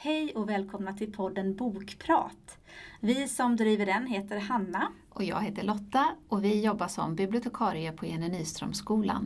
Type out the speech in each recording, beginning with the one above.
Hej och välkomna till podden Bokprat. Vi som driver den heter Hanna. Och jag heter Lotta och vi jobbar som bibliotekarie på Jenny Nyströmskolan.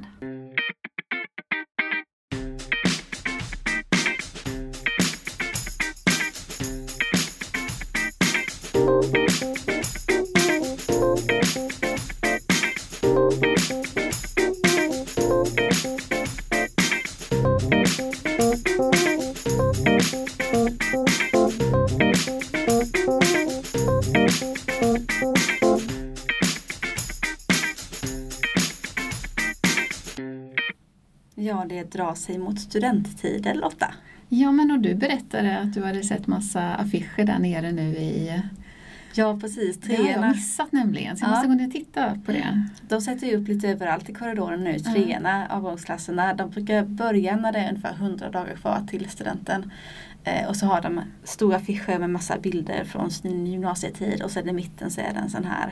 Ja, det drar sig mot studenttider, Lotta. Ja, men och du berättade att du hade sett massa affischer där nere nu i... Ja, precis. Det har jag missat nämligen, så jag måste gå ner och titta på det. De sätter ju upp lite överallt i korridoren nu, treorna, avgångsklasserna. De brukar börja när det är ungefär 100 dagar kvar till studenten. Och så har de stora affischer med massa bilder från sin gymnasietid. Och sen i mitten så är det en sån här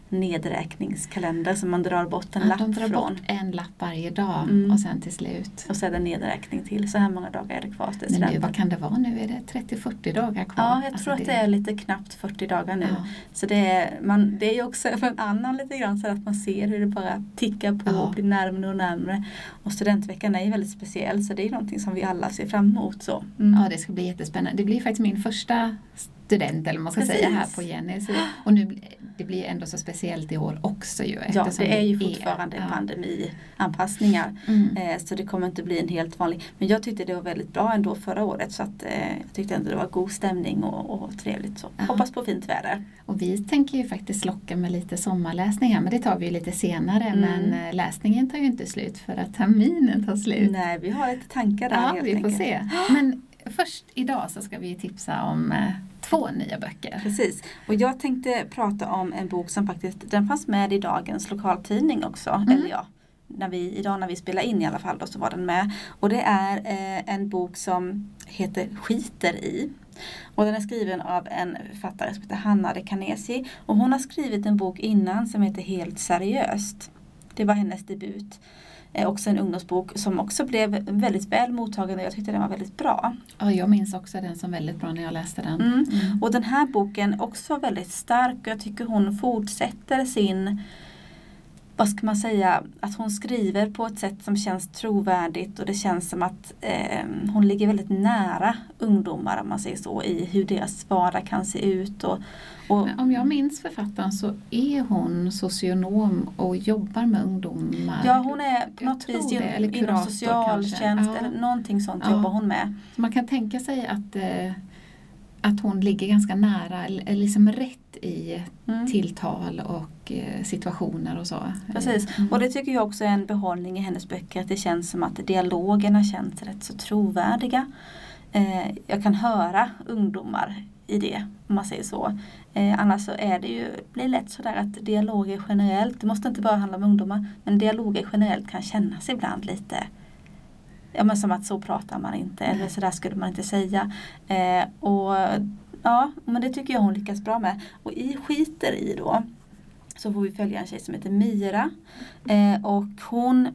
nedräkningskalender som man drar bort en lapp från. De drar bort en lapp varje dag och sen till slut. Och så är det nedräkning till. Så här många dagar är det kvar till Men nu, vad kan det vara nu? Är det 30-40 dagar kvar? Ja, jag tror att det är lite knappt 40 dagar nu. Ja. Så det är ju också för en annan lite grann så att man ser hur det bara tickar på och blir närmare och närmare. Och studentveckan är ju väldigt speciell, så det är någonting som vi alla ser fram emot. Så. Ja, det ska bli jättespännande. Det blir faktiskt min första student, eller man ska säga, här på Jenny. Så, och nu, det blir ändå så speciellt i år också ju. Ja, det är ju fortfarande pandemianpassningar. Så det kommer inte bli en helt vanlig. Men jag tyckte det var väldigt bra ändå förra året, så att jag tyckte ändå det var god stämning och trevligt. Så. Hoppas på fint väder. Och vi tänker ju faktiskt locka med lite sommarläsning här, men det tar vi ju lite senare. Men läsningen tar ju inte slut för att terminen tar slut. Nej, vi har lite tankar där helt vi får enkelt. se. Men först idag så ska vi tipsa om 2 nya böcker. Precis. Och jag tänkte prata om en bok som faktiskt, den fanns med i dagens lokaltidning också. Eller ja, idag när vi spelar in i alla fall då, så var den med. Och det är en bok som heter Skiter i. Och den är skriven av en författare som heter Hanna Rekanesi. Och hon har skrivit en bok innan som heter Helt seriöst. Det var hennes debut. Också en ungdomsbok som också blev väldigt väl mottagen och jag tyckte den var väldigt bra. Ja, jag minns också den som väldigt bra när jag läste den. Och den här boken också väldigt stark och jag tycker hon fortsätter sin, vad ska man säga, att hon skriver på ett sätt som känns trovärdigt och det känns som att hon ligger väldigt nära ungdomar, om man säger så, i hur deras vardag kan se ut. Och om jag minns författaren så är hon socionom och jobbar med ungdomar. Ja, hon är på något vis inom socialtjänst eller någonting sånt jobbar hon med. Så man kan tänka sig att hon ligger ganska nära, eller liksom rätt i tilltal och situationer och så. Precis, och det tycker jag också är en behållning i hennes böcker, att det känns som att dialogerna känns rätt så trovärdiga. Jag kan höra ungdomar i det, om man säger så. Annars så blir lätt sådär att dialoger generellt, det måste inte bara handla om ungdomar, men dialoger generellt kan kännas ibland lite, ja, men som att så pratar man inte, eller så där skulle man inte säga. Men det tycker jag hon lyckas bra med. Och i Skiter i då, så får vi följa en tjej som heter Mira. Och hon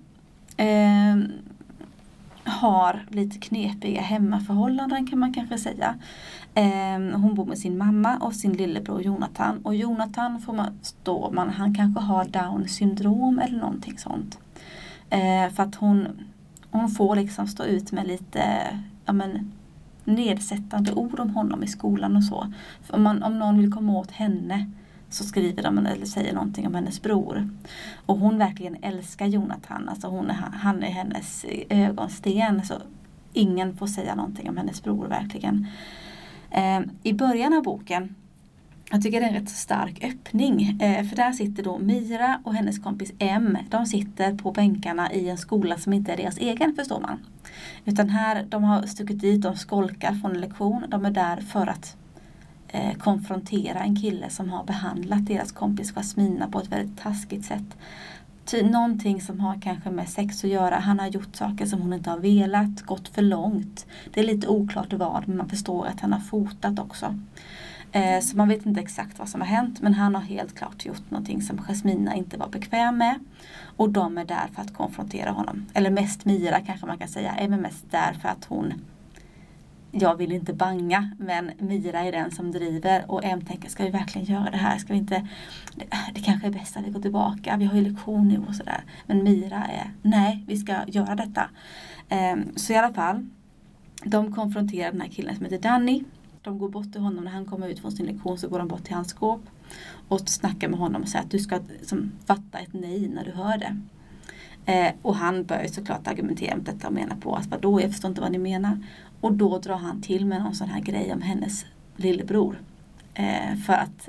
har lite knepiga hemmaförhållanden, kan man kanske säga. Hon bor med sin mamma och sin lillebror Jonathan. Och Jonathan han kanske har Down syndrom eller någonting sånt. För att hon får liksom stå ut med lite nedsättande ord om honom i skolan och så. För om någon vill komma åt henne så skriver de eller säger någonting om hennes bror. Och hon verkligen älskar Jonathan. Alltså han är hennes ögonsten. Så ingen får säga någonting om hennes bror verkligen. I början av boken, jag tycker det är en rätt stark öppning. För där sitter då Mira och hennes kompis M. De sitter på bänkarna i en skola som inte är deras egen, förstår man. Utan här, de har stuckit dit, de skolkar från en lektion. De är där för att konfrontera en kille som har behandlat deras kompis Jasmina på ett väldigt taskigt sätt. Någonting som har kanske med sex att göra. Han har gjort saker som hon inte har velat, gått för långt. Det är lite oklart vad, men man förstår att han har fotat också. Så man vet inte exakt vad som har hänt, men han har helt klart gjort någonting som Jasmina inte var bekväm med. Och de är där för att konfrontera honom. Eller mest Mira kanske man kan säga, är mest där för att hon jag vill inte banga, men Mira är den som driver och Em tänker, ska vi verkligen göra det här? Ska vi inte, det kanske är bäst att vi går tillbaka, vi har ju lektion nu och sådär. Men Mira är, nej, vi ska göra detta. Så i alla fall, de konfronterar den här killen som heter Danny. De går bort till honom när han kommer ut från sin lektion, så går de bort till hans skåp och snackar med honom och säger att du ska fatta ett nej när du hör det. Och han börjar såklart argumentera med detta och menar på att vadå, jag förstår inte vad ni menar. Och då drar han till med någon sån här grej om hennes lillebror. För att,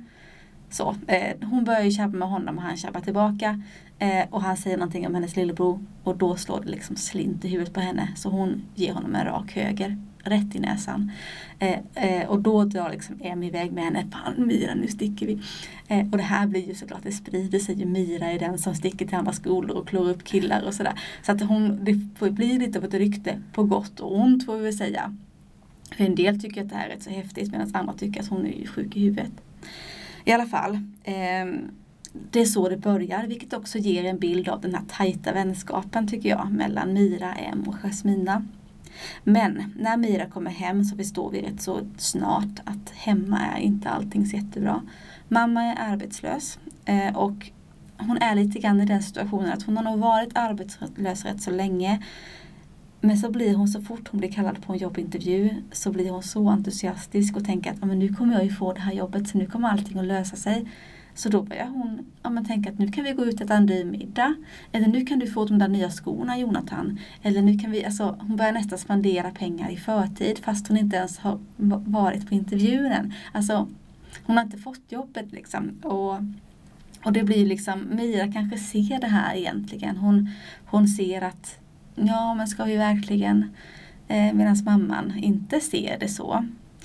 hon börjar ju tjabba med honom och han tjabbar tillbaka. Och han säger någonting om hennes lillebror och då slår det liksom slint i huvudet på henne. Så hon ger honom en rak höger, rätt i näsan. Och då drar liksom Em iväg med henne. Fan Mira, nu sticker vi. Och det här blir ju såklart, det sprider sig ju. Mira är den som sticker till andra skolor och klår upp killar och sådär. Så att det blir lite av ett rykte på gott och ont, får vi väl säga. För en del tycker att det här är rätt så häftigt, medan andra tycker att hon är ju sjuk i huvudet. I alla fall, det är så det börjar, vilket också ger en bild av den här tajta vänskapen, tycker jag, mellan Mira, Em och Jasmina. Men när Mira kommer hem så förstår vi rätt så snart att hemma är inte allting så jättebra. Mamma är arbetslös och hon är lite grann i den situationen att hon har nog varit arbetslös rätt så länge. Men så blir hon, så fort hon blir kallad på en jobbintervju, så blir hon så entusiastisk och tänker att men nu kommer jag ju få det här jobbet, så nu kommer allting att lösa sig. Så då börjar hon tänka att nu kan vi gå ut och äta en dyr middag. Eller nu kan du få de där nya skorna, Jonathan. Eller nu kan vi, hon börjar nästan spendera pengar i förtid fast hon inte ens har varit på intervjun än. Hon har inte fått jobbet liksom. Och det blir liksom, Mira kanske ser det här egentligen. Hon ser att, ja men ska vi verkligen, medan mamman inte ser det så.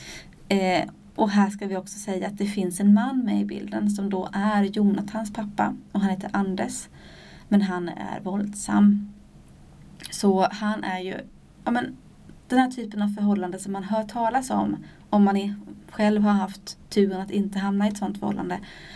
Och här ska vi också säga att det finns en man med i bilden som då är Jonathans pappa. Och han heter Anders. Men han är våldsam. Så han är ju, den här typen av förhållande som man hör talas om man själv har haft turen att inte hamna i ett sådant förhållande.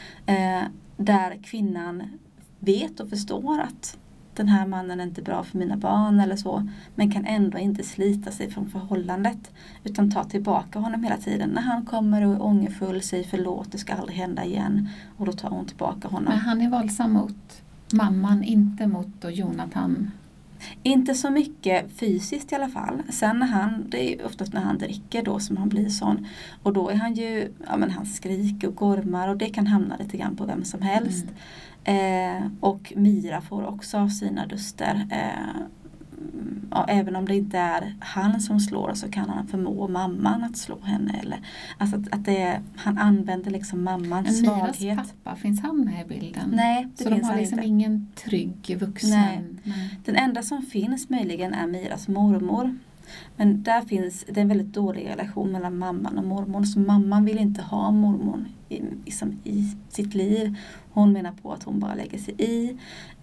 Där kvinnan vet och förstår att den här mannen är inte bra för mina barn eller så, men kan ändå inte slita sig från förhållandet utan ta tillbaka honom hela tiden. När han kommer och är ångerfull, säger förlåt, det ska aldrig hända igen, och då tar hon tillbaka honom. Men han är våldsam mot mamman, inte mot Jonathan? Inte så mycket fysiskt i alla fall. Sen det är oftast när han dricker då som han blir sån. Och då är han ju, han skriker och gormar och det kan hamna lite grann på vem som helst. Och Mira får också sina duster. Även om det inte är han som slår, så kan han förmå mamman att slå henne. Eller, han använder liksom mammans svaghet. Miras pappa, finns han med i bilden? Nej, det så finns de har liksom inte. Ingen trygg vuxen? Nej. Den enda som finns möjligen är Miras mormor. Men det är en väldigt dålig relation mellan mamman och mormor. Så mamman vill inte ha mormor i sitt liv. Hon menar på att hon bara lägger sig i.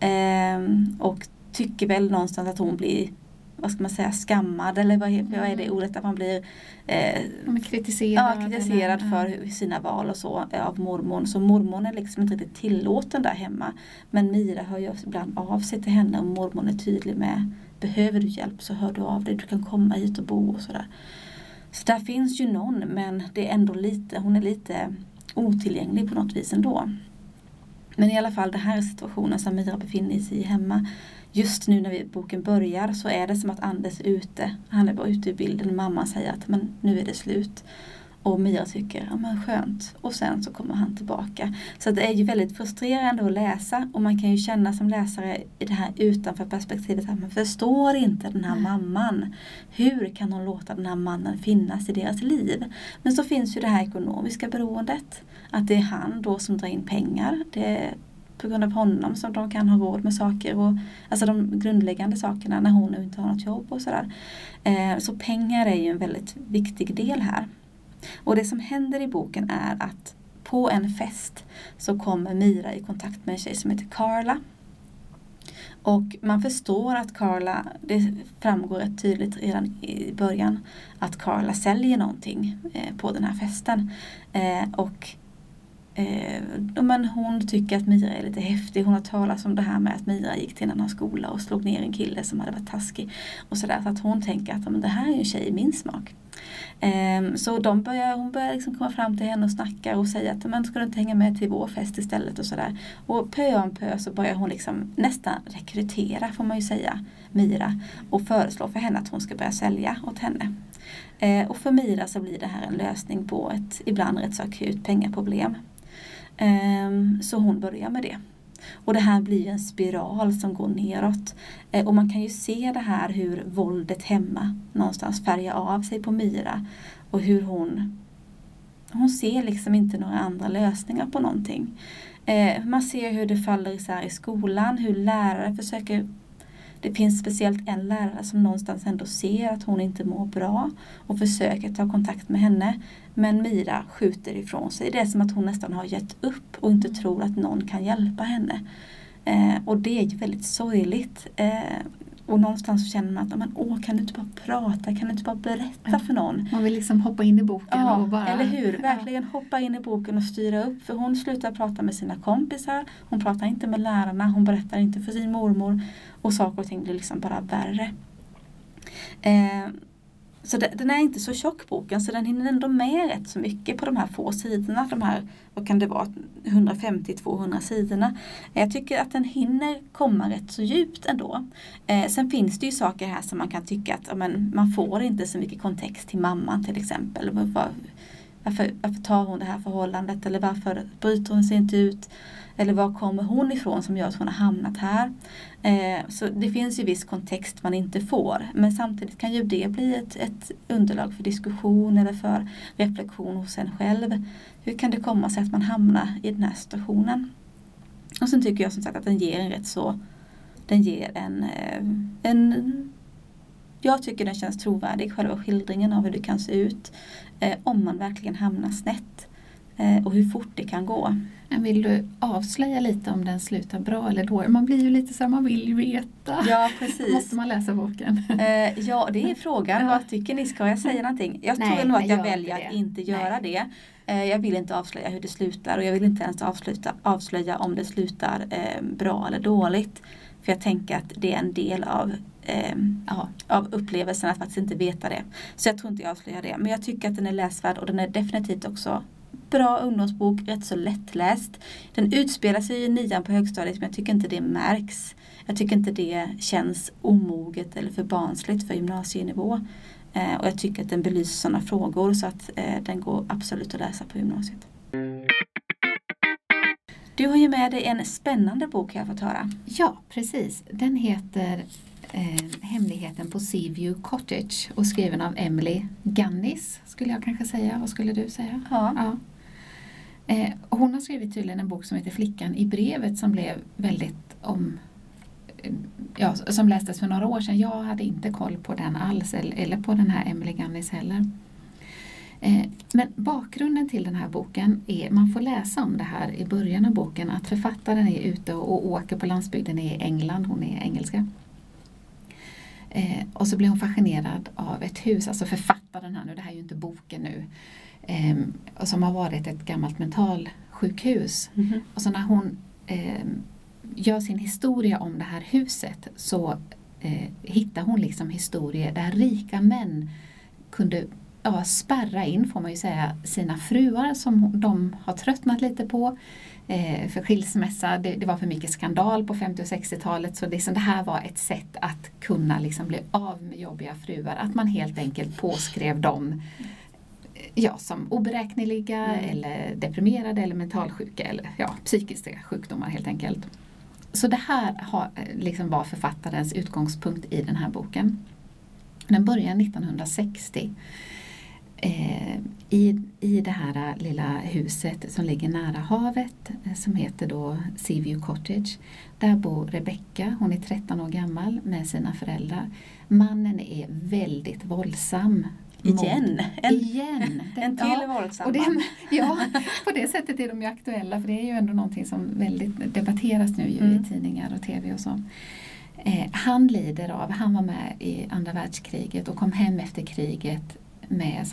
Och tycker väl någonstans att hon blir, skammad. Eller vad är det ordet? Att man blir kritiserad för sina val och så av mormor. Så mormor är liksom inte riktigt tillåten där hemma. Men Mira hör ju ibland av sig till henne och mormor är tydlig med: behöver du hjälp så hör du av dig, du kan komma hit och bo och sådär. Så där finns ju någon, men det är ändå hon är lite otillgänglig på något vis ändå. Men i alla fall, det här är situationen som Mira befinner sig i hemma. Just nu när boken börjar så är det som att Anders är ute. Han är bara ute i bilden och mamma säger att men nu är det slut. Och Mira tycker, skönt. Och sen så kommer han tillbaka. Så det är ju väldigt frustrerande att läsa. Och man kan ju känna som läsare i det här utanför perspektivet att man förstår inte den här mamman. Hur kan hon låta den här mannen finnas i deras liv? Men så finns ju det här ekonomiska beroendet. Att det är han då som drar in pengar. Det är på grund av honom som de kan ha råd med saker. Och, de grundläggande sakerna när hon nu inte har något jobb och sådär. Så pengar är ju en väldigt viktig del här. Och det som händer i boken är att på en fest så kommer Mira i kontakt med en tjej som heter Carla. Och man förstår att Carla, det framgår rätt tydligt redan i början, att Carla säljer någonting på den här festen. Och Men hon tycker att Mira är lite häftig. Hon har talat om det här med att Mira gick till en annan skola och slog ner en kille som hade varit taskig. Och sådär, så att hon tänker att det här är en tjej i min smak. Så hon börjar liksom komma fram till henne och snacka och säga att man ska inte hänga med till vår fest istället och sådär. Och pö om pö så börjar hon liksom nästan rekrytera, får man ju säga, Mira, och föreslå för henne att hon ska börja sälja åt henne. Och för Mira så blir det här en lösning på ett ibland rätt så akut pengaproblem. Så hon börjar med det. Och det här blir en spiral som går neråt. Och man kan ju se det här hur våldet hemma någonstans färgar av sig på Mira. Och hur hon ser liksom inte några andra lösningar på någonting. Man ser hur det faller isär i skolan, hur lärare försöker. Det finns speciellt en lärare som någonstans ändå ser att hon inte mår bra och försöker ta kontakt med henne. Men Mira skjuter ifrån sig. Det är som att hon nästan har gett upp och inte tror att någon kan hjälpa henne. Och det är ju väldigt sorgligt. Och någonstans så känner man att kan du inte bara prata, kan du inte bara berätta för någon? Man vill liksom hoppa in i boken och bara... eller hur? Verkligen hoppa in i boken och styra upp. För hon slutar prata med sina kompisar. Hon pratar inte med lärarna. Hon berättar inte för sin mormor. Och saker och ting blir liksom bara värre. Så den är inte så tjock boken, så den hinner ändå med rätt så mycket på de här få sidorna. De här, vad kan det vara, 150-200 sidorna. Jag tycker att den hinner komma rätt så djupt ändå. Sen finns det ju saker här som man kan tycka att man får inte så mycket kontext till mamman till exempel. Varför tar hon det här förhållandet, eller varför bryter hon sig inte ut? Eller var kommer hon ifrån som gör att hon har hamnat här? Så det finns ju viss kontext man inte får. Men samtidigt kan ju det bli ett underlag för diskussion eller för reflektion hos en själv. Hur kan det komma sig att man hamnar i den här situationen? Och sen tycker jag som sagt att den ger jag tycker den känns trovärdig, själva skildringen av hur det kan se ut. Om man verkligen hamnar snett. Och hur fort det kan gå. Men vill du avslöja lite om den slutar bra eller dåligt? Man blir ju lite så här, man vill ju veta. Ja, precis. Måste man läsa boken? Ja, det är frågan. Vad tycker ni? Ska jag säga någonting? Jag tror nog att jag väljer att inte göra det. Jag vill inte avslöja hur det slutar. Och jag vill inte ens avslöja om det slutar bra eller dåligt. För jag tänker att det är en del av upplevelsen att faktiskt inte veta det. Så jag tror inte jag avslöjar det. Men jag tycker att den är läsvärd, och den är definitivt också bra ungdomsbok, rätt så lättläst. Den utspelar sig i 9:an på högstadiet, men jag tycker inte det märks. Jag tycker inte det känns omoget eller för barnsligt för gymnasienivå. Och jag tycker att den belyser sådana frågor, så att den går absolut att läsa på gymnasiet. Du har ju med dig en spännande bok, jag har fått höra. Ja, precis. Den heter Hemligheten på Seaview Cottage och skriven av Emily Gannis, skulle jag kanske säga. Vad skulle du säga? Ja. Hon har skrivit tydligen en bok som heter Flickan i brevet, som blev väldigt som lästes för några år sedan. Jag hade inte koll på den alls, eller på den här Emily Gannis heller. Men bakgrunden till den här boken är, man får läsa om det här i början av boken, att författaren är ute och åker på landsbygden i England, hon är engelska. Och så blir hon fascinerad av ett hus, alltså författaren här nu, det här är ju inte boken nu, och som har varit ett gammalt mentalsjukhus. Mm-hmm. Och så när hon gör sin historia om det här huset, så hittar hon liksom historier där rika män kunde spärra in, får man ju säga, sina fruar som de har tröttnat lite på för skilsmässa. Det var för mycket skandal på 50- och 60-talet, så liksom det här var ett sätt att kunna liksom bli av med jobbiga fruar. Att man helt enkelt påskrev dem som oberäkneliga eller deprimerade eller mentalsjuka eller psykiska sjukdomar helt enkelt. Så det här liksom var författarens utgångspunkt i den här boken. Den börjar 1960. I det här lilla huset som ligger nära havet, som heter då Seaview Cottage. Där bor Rebecca, hon är 13 år gammal med sina föräldrar. Mannen är väldigt våldsam. Igen. En till våldsam. Och på det sättet är de ju aktuella, för det är ju ändå någonting som väldigt debatteras nu i tidningar och tv och så. Han var med i andra världskriget och kom hem efter kriget med såna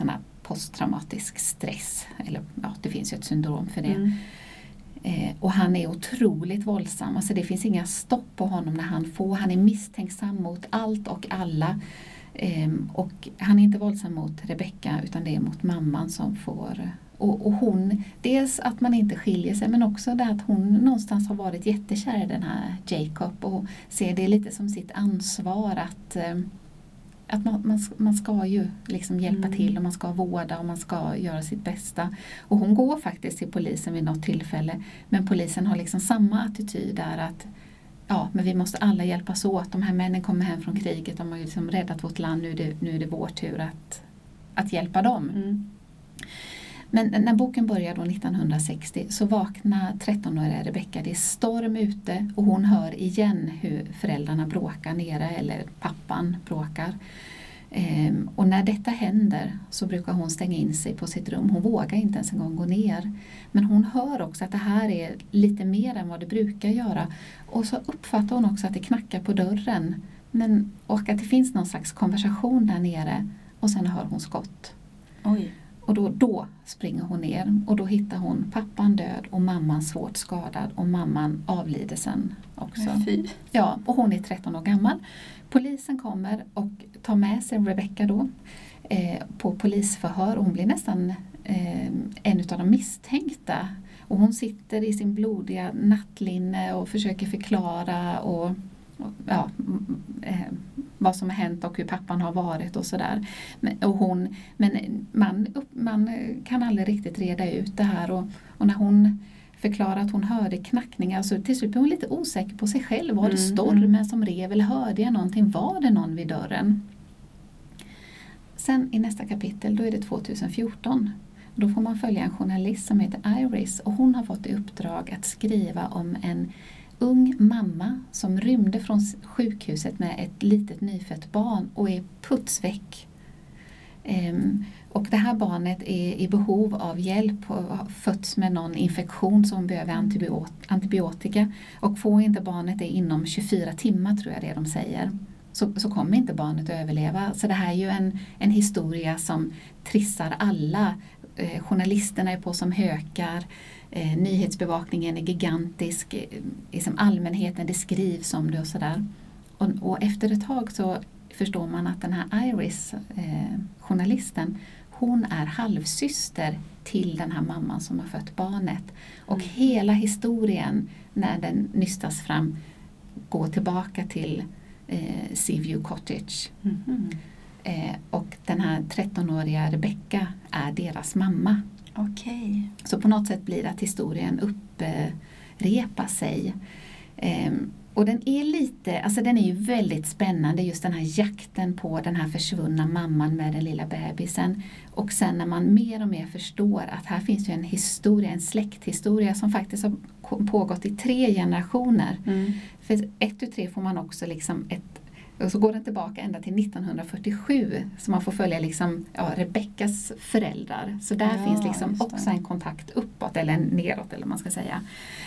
posttraumatisk stress. Eller ja, det finns ju ett syndrom för det. Och han är otroligt våldsam. Alltså det finns inga stopp på honom när han är misstänksam mot allt och alla. Och han är inte våldsam mot Rebecca utan det är mot mamman som får... Och hon, dels att man inte skiljer sig men också det att hon någonstans har varit jättekär i den här Jacob och ser det lite som sitt ansvar att man ska ju liksom hjälpa till och man ska vårda och man ska göra sitt bästa. Och hon går faktiskt till polisen vid något tillfälle men polisen har liksom samma attityd där att ja, men vi måste alla hjälpas åt. De här männen kommer hem från kriget, de har ju liksom räddat vårt land, nu är det vår tur att hjälpa dem. Men när boken börjar då 1960 så vaknar 13-åriga Rebecca, det är storm ute och hon hör igen hur föräldrarna bråkar nere eller pappan bråkar. Och när detta händer så brukar hon stänga in sig på sitt rum. Hon vågar inte ens en gång gå ner. Men hon hör också att det här är lite mer än vad det brukar göra. Och så uppfattar hon också att det knackar på dörren. Och att det finns någon slags konversation där nere. Och sen hör hon skott. Oj. Och då springer hon ner och då hittar hon pappan död och mamman svårt skadad och mamman avlider sen också. Fy. Ja, och hon är 13 år gammal. Polisen kommer och tar med sig Rebecca då på polisförhör. Hon blir nästan en av de misstänkta. Och hon sitter i sin blodiga nattlinne och försöker förklara vad som har hänt och hur pappan har varit och sådär. Men man kan aldrig riktigt reda ut det här och när hon förklarar att hon hörde knackningar så till slut är hon lite osäker på sig själv. Var det stormen som rev eller hörde jag någonting? Var det någon vid dörren? Sen i nästa kapitel då är det 2014. Då får man följa en journalist som heter Iris och hon har fått i uppdrag att skriva om en ung mamma som rymde från sjukhuset med ett litet nyfött barn och är putsväck. Och det här barnet är i behov av hjälp och har fötts med någon infektion som behöver antibiotika. Och får inte barnet det inom 24 timmar tror jag det de säger. Så kommer inte barnet att överleva. Så det här är ju en historia som trissar alla. Journalisterna är på som hökar. Nyhetsbevakningen är gigantisk. Liksom allmänheten, det skrivs om det och sådär. Och efter ett tag så förstår man att den här Iris, journalisten, hon är halvsyster till den här mamman som har fött barnet. Och hela historien när den nystas fram går tillbaka till Seaview Cottage. Och den här 13-åriga Rebecca är deras mamma. Okej. Så på något sätt blir det att historien upprepar sig. Och den är lite, alltså den är ju väldigt spännande just den här jakten på den här försvunna mamman med den lilla bebisen. Och sen när man mer och mer förstår att här finns ju en historia, en släkthistoria som faktiskt har pågått i 3 generationer. För 1-3 får man också liksom och så går den tillbaka ända till 1947 så man får följa liksom, Rebeccas föräldrar. Så där finns liksom också en kontakt uppåt eller neråt eller man ska säga.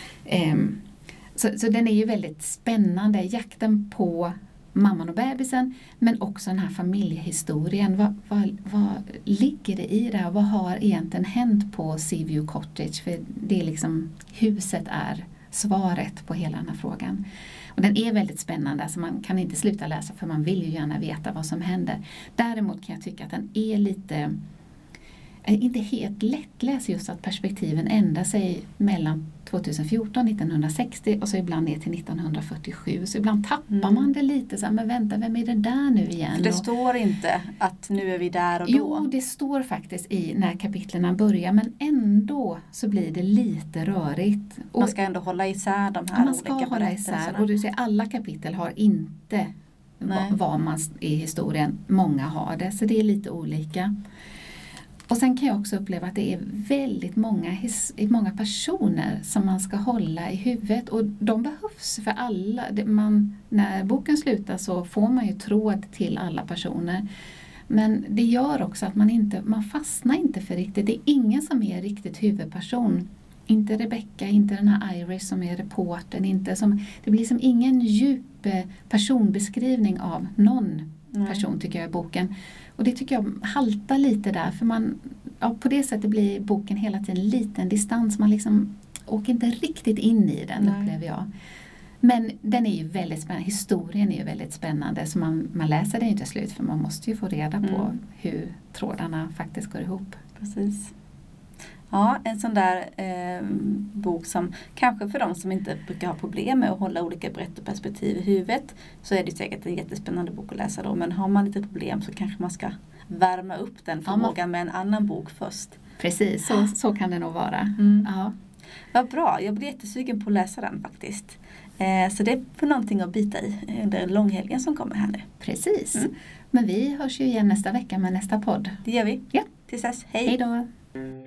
Så den är ju väldigt spännande, jakten på mamman och bebisen men också den här familjehistorien. Vad ligger det i det här? Vad har egentligen hänt på Seaview Cottage? För det är liksom, huset är svaret på hela den här frågan. Och den är väldigt spännande, alltså man kan inte sluta läsa för man vill ju gärna veta vad som händer. Däremot kan jag tycka att den är lite, inte helt lättläst just att perspektiven ändrar sig mellan 2014, 1960 och så ibland ner till 1947. Så ibland tappar man det lite så här, men vänta, vem är det där nu igen? För det står inte att nu är vi där och då. Jo, det står faktiskt i när kapitlerna börjar men ändå så blir det lite rörigt. Och man ska ändå hålla isär de här olika berättelserna. Och du ser, alla kapitel har inte vad man i historien, många har det, så det är lite olika. Och sen kan jag också uppleva att det är väldigt många personer som man ska hålla i huvudet. Och de behövs för alla. När boken slutar så får man ju tråd till alla personer. Men det gör också att man fastnar inte för riktigt. Det är ingen som är riktigt huvudperson. Inte Rebecca, inte den här Iris som är reportern. Det blir som ingen djup personbeskrivning av någon person tycker jag i boken. Och det tycker jag haltar lite där för på det sättet blir boken hela tiden en liten distans. Man liksom åker inte riktigt in i den, upplever jag. Men den är ju väldigt spännande. Historien är ju väldigt spännande. Så man läser den ju till slut. För man måste ju få reda på hur trådarna faktiskt går ihop. Precis. Ja, en sån där bok som kanske för de som inte brukar ha problem med att hålla olika berättarperspektiv i huvudet, så är det säkert en jättespännande bok att läsa då. Men har man lite problem så kanske man ska värma upp den förmågan med en annan bok först. Precis, så kan det nog vara. Ja. Vad bra, jag blir jättesugen på att läsa den faktiskt. Så det är för någonting att bita i under långhelgen som kommer här nu. Precis. Men vi hörs ju igen nästa vecka med nästa podd. Det gör vi. Ja. Tills dess, hej! Hej då!